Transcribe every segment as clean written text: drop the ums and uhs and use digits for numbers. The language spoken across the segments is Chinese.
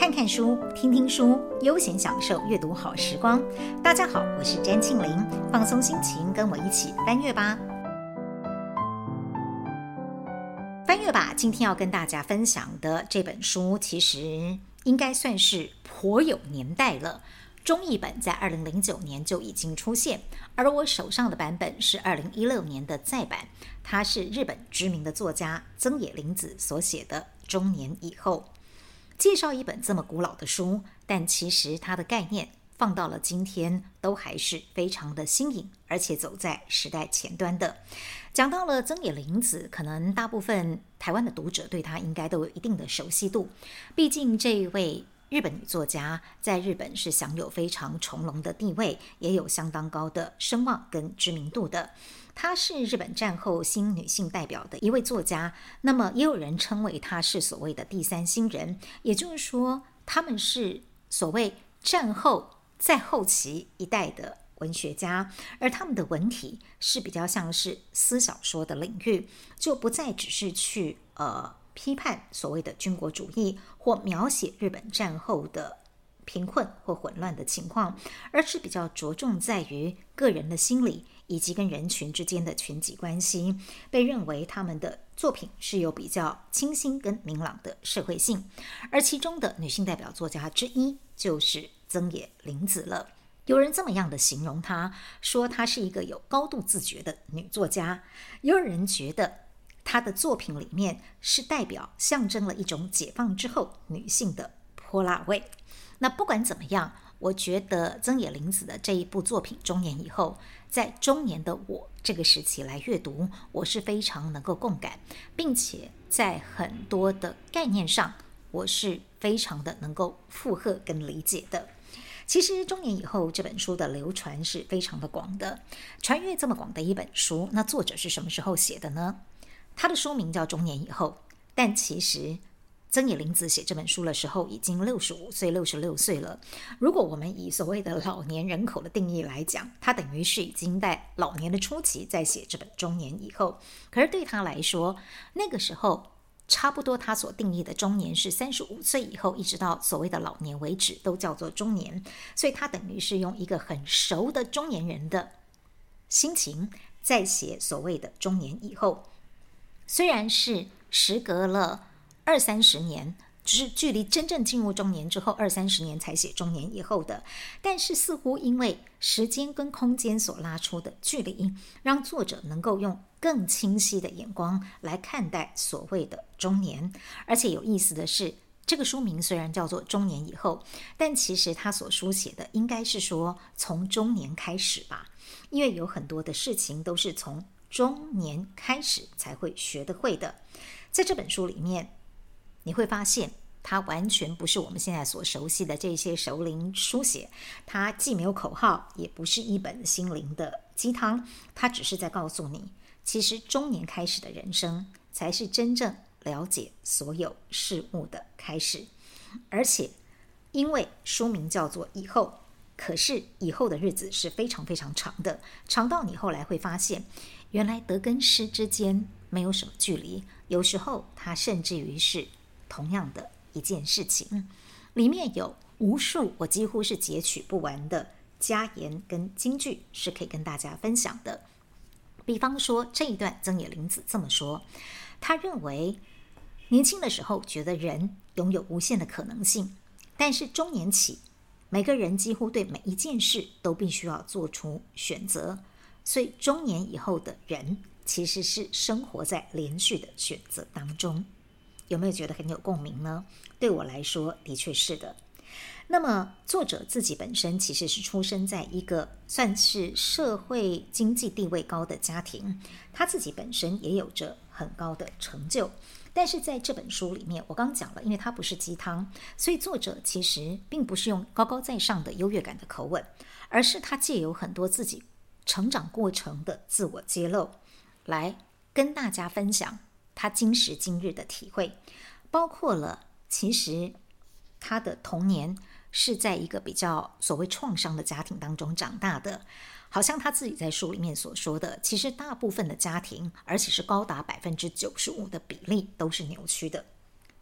看看书，听听书，悠闲享受阅读好时光。大家好，我是詹庆玲，放松心情，跟我一起翻阅吧。翻阅吧，今天要跟大家分享的这本书，其实应该算是颇有年代了。中译本在2009年就已经出现，而我手上的版本是2016年的再版，它是日本知名的作家增野玲子所写的《中年以后》。介绍一本这么古老的书，但其实它的概念放到了今天都还是非常的新颖，而且走在时代前端的。讲到了增野玲子，可能大部分台湾的读者对她应该都有一定的熟悉度，毕竟这一位日本女作家在日本是享有非常崇隆的地位，也有相当高的声望跟知名度的。她是日本战后新女性代表的一位作家，那么也有人称为她是所谓的第三新人，也就是说他们是所谓战后在后期一代的文学家，而他们的文体是比较像是私小说的领域，就不再只是去批判所谓的军国主义或描写日本战后的贫困或混乱的情况，而是比较着重在于个人的心理以及跟人群之间的群体关系，被认为他们的作品是有比较清新跟明朗的社会性，而其中的女性代表作家之一就是增野玲子了。有人这么样的形容她，说她是一个有高度自觉的女作家，也有人觉得她的作品里面是代表象征了一种解放之后女性的泼辣味。那不管怎么样，我觉得增野玲子的这一部作品《中年以后》，在中年的我这个时期来阅读，我是非常能够共感，并且在很多的概念上，我是非常的能够附和跟理解的。其实《中年以后》这本书的流传是非常的广的，传阅这么广的一本书，那作者是什么时候写的呢？他的书名叫《中年以后》，但其实增野玲子写这本书的时候已经65岁、66岁了。如果我们以所谓的老年人口的定义来讲，他等于是已经在老年的初期在写这本《中年以后》。可是对他来说，那个时候差不多他所定义的中年是35岁以后一直到所谓的老年为止，都叫做中年。所以他等于是用一个很熟的中年人的心情在写所谓的中年以后。虽然是时隔了20-30年，只是距离真正进入中年之后20-30年才写中年以后的，但是似乎因为时间跟空间所拉出的距离，让作者能够用更清晰的眼光来看待所谓的中年。而且有意思的是，这个书名虽然叫做中年以后，但其实他所书写的应该是说从中年开始吧，因为有很多的事情都是从中年开始才会学得会的。在这本书里面，你会发现它完全不是我们现在所熟悉的这些熟龄书写，它既没有口号，也不是一本心灵的鸡汤，它只是在告诉你，其实中年开始的人生才是真正了解所有事物的开始。而且因为书名叫做以后，可是以后的日子是非常非常长的，长到你后来会发现，原来得跟失之间没有什么距离，有时候它甚至于是同样的一件事情。里面有无数我几乎是截取不完的佳言跟金句是可以跟大家分享的。比方说这一段，增野玲子这么说，他认为年轻的时候觉得人拥有无限的可能性，但是中年起，每个人几乎对每一件事都必须要做出选择，所以中年以后的人其实是生活在连续的选择当中。有没有觉得很有共鸣呢？对我来说的确是的。那么作者自己本身其实是出生在一个算是社会经济地位高的家庭，他自己本身也有着很高的成就。但是在这本书里面，我刚讲了，因为它不是鸡汤，所以作者其实并不是用高高在上的优越感的口吻，而是他借由很多自己成长过程的自我揭露，来跟大家分享他今时今日的体会，包括了其实他的童年是在一个比较所谓创伤的家庭当中长大的，好像他自己在书里面所说的，其实大部分的家庭，而且是高达95%的比例都是扭曲的。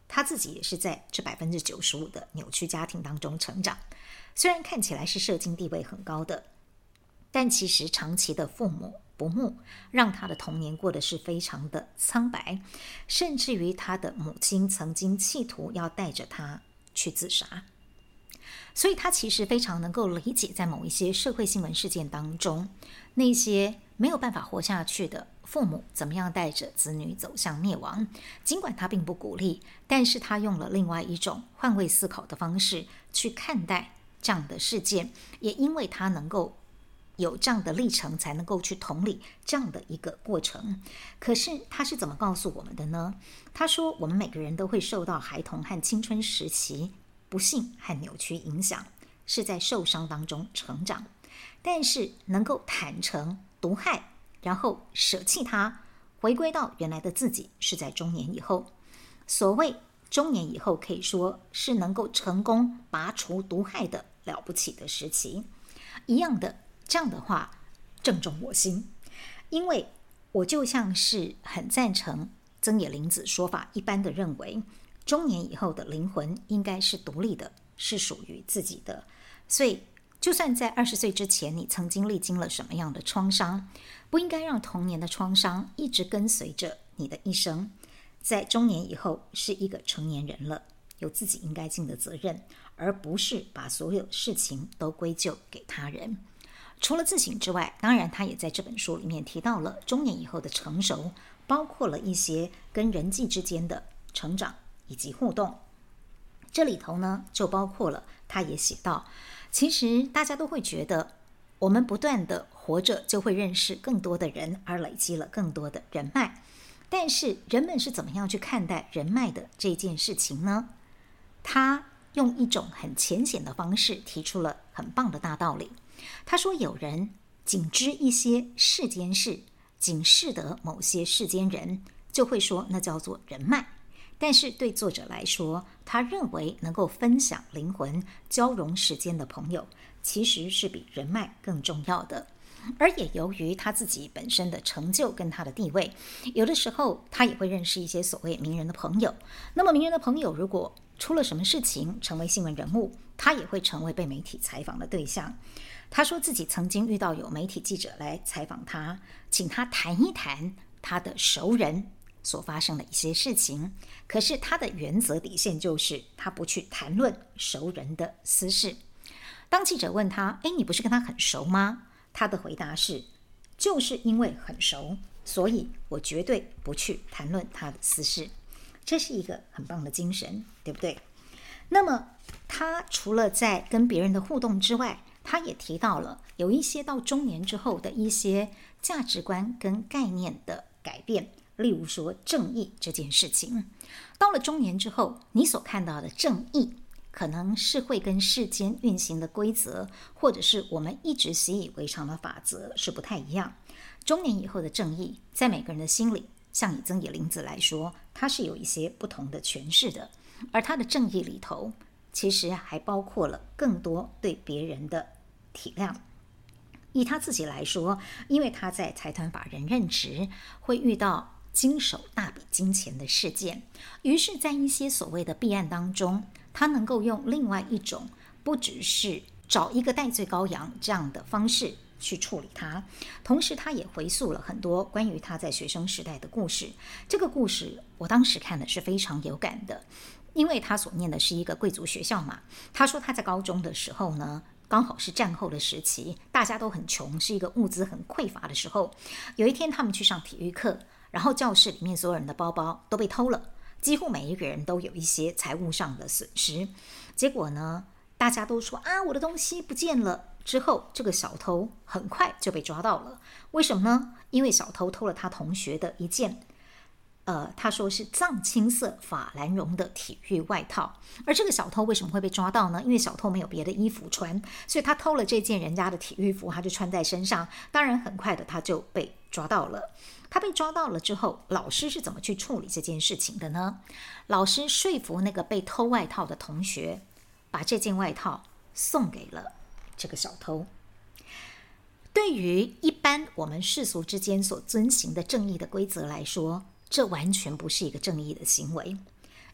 他自己也是在这95%的扭曲家庭当中成长。虽然看起来是社经地位很高的，但其实长期的父母不睦，让他的童年过得是非常的苍白，甚至于他的母亲曾经企图要带着他去自杀。所以他其实非常能够理解，在某一些社会新闻事件当中，那些没有办法活下去的父母怎么样带着子女走向灭亡。尽管他并不鼓励，但是他用了另外一种换位思考的方式去看待这样的事件，也因为他能够有这样的历程，才能够去同理这样的一个过程。可是他是怎么告诉我们的呢？他说，我们每个人都会受到孩童和青春时期不幸和扭曲影响，是在受伤当中成长，但是能够坦诚毒害，然后舍弃它，回归到原来的自己，是在中年以后。所谓中年以后，可以说是能够成功拔除毒害的了不起的时期。一样的，这样的话正中我心，因为我就像是很赞成增野玲子说法一般的认为，中年以后的灵魂应该是独立的，是属于自己的。所以就算在20岁之前你曾经历经了什么样的创伤，不应该让童年的创伤一直跟随着你的一生。在中年以后是一个成年人了，有自己应该尽的责任，而不是把所有事情都归咎给他人。除了自省之外，当然他也在这本书里面提到了中年以后的成熟，包括了一些跟人际之间的成长以及互动。这里头呢，就包括了他也写到，其实大家都会觉得我们不断的活着就会认识更多的人，而累积了更多的人脉。但是人们是怎么样去看待人脉的这件事情呢？他用一种很浅显的方式提出了很棒的大道理。他说，有人仅知一些世间事，仅识得某些世间人，就会说那叫做人脉。但是对作者来说，他认为能够分享灵魂、交融时间的朋友，其实是比人脉更重要的。而也由于他自己本身的成就跟他的地位，有的时候他也会认识一些所谓名人的朋友。那么名人的朋友如果出了什么事情，成为新闻人物，他也会成为被媒体采访的对象。他说自己曾经遇到有媒体记者来采访他，请他谈一谈他的熟人所发生的一些事情，可是他的原则底线就是他不去谈论熟人的私事。当记者问他，你不是跟他很熟吗？他的回答是，就是因为很熟，所以我绝对不去谈论他的私事。这是一个很棒的精神，对不对？那么他除了在跟别人的互动之外，他也提到了有一些到中年之后的一些价值观跟概念的改变。例如说正义这件事情，到了中年之后，你所看到的正义可能是会跟世间运行的规则，或者是我们一直习以为常的法则是不太一样。中年以后的正义，在每个人的心里，像以增野玲子来说，它是有一些不同的诠释的。而它的正义里头，其实还包括了更多对别人的体谅。以他自己来说，因为他在财团法人任职，会遇到经手大笔金钱的事件，于是在一些所谓的弊案当中，他能够用另外一种不只是找一个代罪羔羊这样的方式去处理它。同时他也回溯了很多关于他在学生时代的故事。这个故事我当时看的是非常有感的，因为他所念的是一个贵族学校嘛。他说他在高中的时候呢，刚好是战后的时期，大家都很穷，是一个物资很匮乏的时候。有一天他们去上体育课，然后教室里面所有人的包包都被偷了，几乎每一个人都有一些财务上的损失。结果呢，大家都说我的东西不见了。之后这个小偷很快就被抓到了。为什么呢？因为小偷偷了他同学的一件他说是藏青色法兰绒的体育外套。而这个小偷为什么会被抓到呢？因为小偷没有别的衣服穿，所以他偷了这件人家的体育服，他就穿在身上。当然很快的他就被抓到了。他被抓到了之后，老师是怎么去处理这件事情的呢？老师说服那个被偷外套的同学，把这件外套送给了这个小偷。对于一般我们世俗之间所遵行的正义的规则来说，这完全不是一个正义的行为。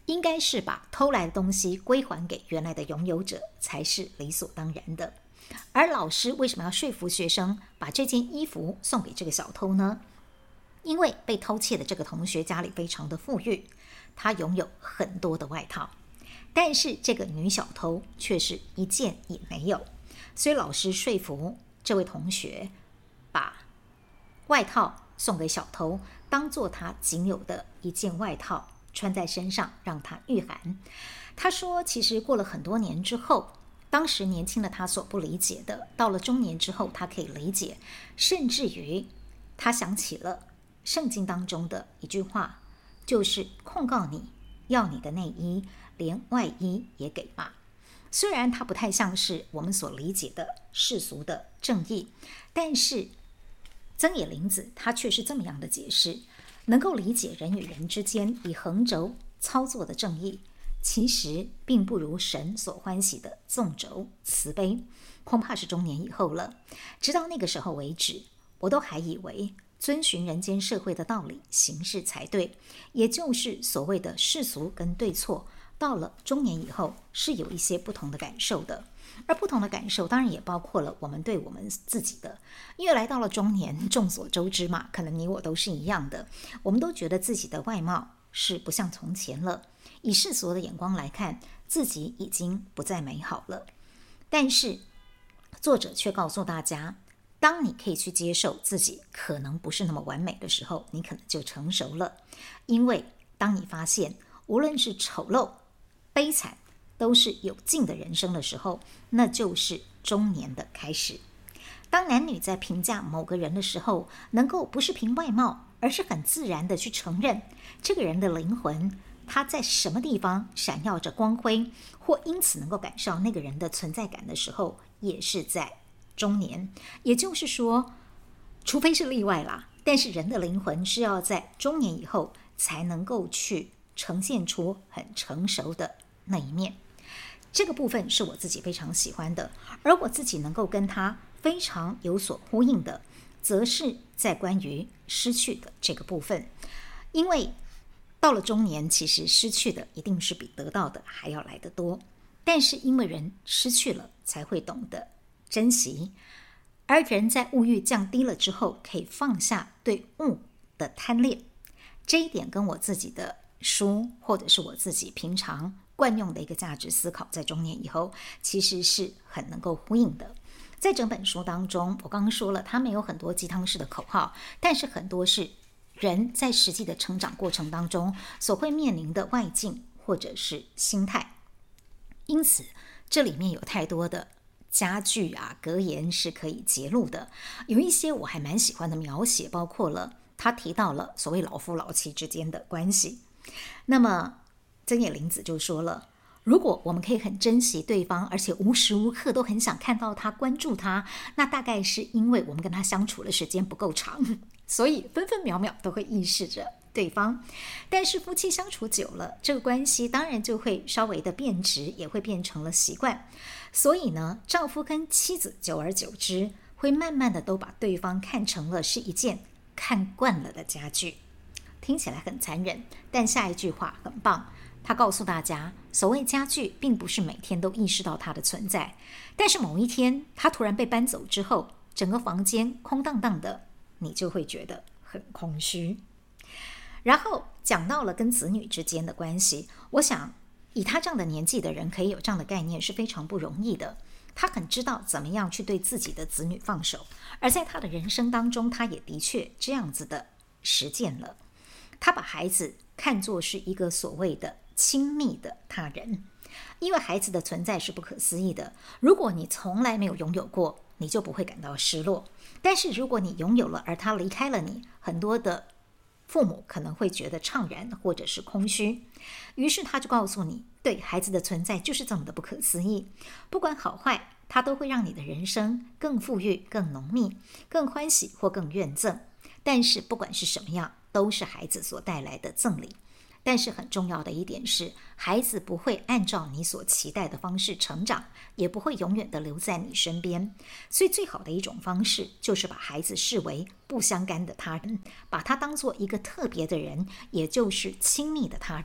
应该是把偷来的东西归还给原来的拥有者才是理所当然的。而老师为什么要说服学生把这件衣服送给这个小偷呢？因为被偷窃的这个同学家里非常的富裕，他拥有很多的外套，但是这个女小偷却是一件也没有。所以老师说服这位同学把外套送给小偷，当做他仅有的一件外套穿在身上，让他御寒。他说其实过了很多年之后，当时年轻的他所不理解的，到了中年之后他可以理解，甚至于他想起了圣经当中的一句话，就是控告你，要你的内衣连外衣也给吧。虽然它不太像是我们所理解的世俗的正义，但是增野林子他却是这么样的解释，能够理解人与人之间以横轴操作的正义，其实并不如神所欢喜的纵轴慈悲，恐怕是中年以后了。直到那个时候为止，我都还以为遵循人间社会的道理行事才对，也就是所谓的世俗跟对错，到了中年以后是有一些不同的感受的。而不同的感受当然也包括了我们对我们自己的，因为来到了中年，众所周知嘛，可能你我都是一样的，我们都觉得自己的外貌是不像从前了，以世俗的眼光来看，自己已经不再美好了。但是作者却告诉大家，当你可以去接受自己可能不是那么完美的时候，你可能就成熟了。因为当你发现无论是丑陋、悲惨都是有尽的人生的时候，那就是中年的开始。当男女在评价某个人的时候，能够不是凭外貌，而是很自然的去承认这个人的灵魂他在什么地方闪耀着光辉，或因此能够感受到那个人的存在感的时候，也是在中年。也就是说，除非是例外啦，但是人的灵魂是要在中年以后才能够去呈现出很成熟的那一面。这个部分是我自己非常喜欢的，而我自己能够跟他非常有所呼应的，则是在关于失去的这个部分。因为到了中年，其实失去的一定是比得到的还要来得多，但是因为人失去了才会懂得珍惜，而人在物欲降低了之后，可以放下对物的贪恋。这一点跟我自己的书，或者是我自己平常惯用的一个价值思考，在中年以后其实是很能够呼应的。在整本书当中，我刚刚说了，它没有很多鸡汤式的口号，但是很多是人在实际的成长过程当中所会面临的外境或者是心态。因此这里面有太多的佳句啊、格言是可以揭露的。有一些我还蛮喜欢的描写，包括了他提到了所谓老夫老妻之间的关系。那么增野林子就说了，如果我们可以很珍惜对方，而且无时无刻都很想看到他、关注他，那大概是因为我们跟他相处的时间不够长，所以分分秒秒都会意识着对方。但是夫妻相处久了，这个关系当然就会稍微的变质，也会变成了习惯。所以呢，丈夫跟妻子久而久之会慢慢的都把对方看成了是一件看惯了的家具。听起来很残忍，但下一句话很棒，他告诉大家，所谓家具并不是每天都意识到它的存在，但是某一天它突然被搬走之后，整个房间空荡荡的，你就会觉得很空虚。然后讲到了跟子女之间的关系，我想以他这样的年纪的人可以有这样的概念是非常不容易的。他很知道怎么样去对自己的子女放手，而在他的人生当中，他也的确这样子的实践了。他把孩子看作是一个所谓的亲密的他人，因为孩子的存在是不可思议的。如果你从来没有拥有过，你就不会感到失落。但是如果你拥有了，而他离开了你，很多的父母可能会觉得怅然或者是空虚。于是他就告诉你，对，孩子的存在就是这么的不可思议，不管好坏，它都会让你的人生更富裕、更浓密、更欢喜或更怨憎。但是不管是什么样，都是孩子所带来的赠礼。但是很重要的一点是，孩子不会按照你所期待的方式成长，也不会永远的留在你身边。所以最好的一种方式就是把孩子视为不相干的他人，把他当作一个特别的人，也就是亲密的他人。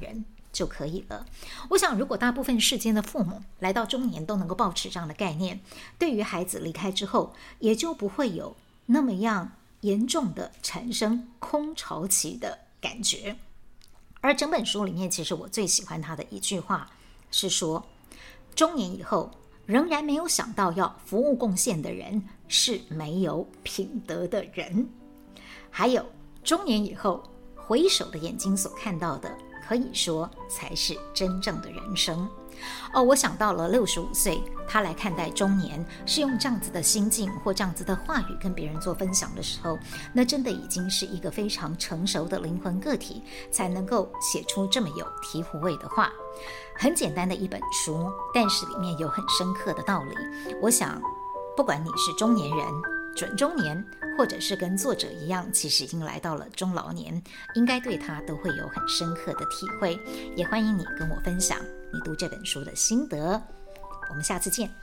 就可以了。我想如果大部分世间的父母来到中年都能够抱持这样的概念，对于孩子离开之后也就不会有那么样严重的产生空巢期的感觉。而整本书里面其实我最喜欢他的一句话是说，中年以后仍然没有想到要服务贡献的人是没有品德的人。还有中年以后回首的眼睛所看到的，可以说才是真正的人生。我想到了65岁他来看待中年，是用这样子的心境或这样子的话语跟别人做分享的时候，那真的已经是一个非常成熟的灵魂个体才能够写出这么有醍醐味的话。很简单的一本书，但是里面有很深刻的道理。我想不管你是中年人、准中年，或者是跟作者一样其实已经来到了中老年，应该对他都会有很深刻的体会。也欢迎你跟我分享你读这本书的心得。我们下次见。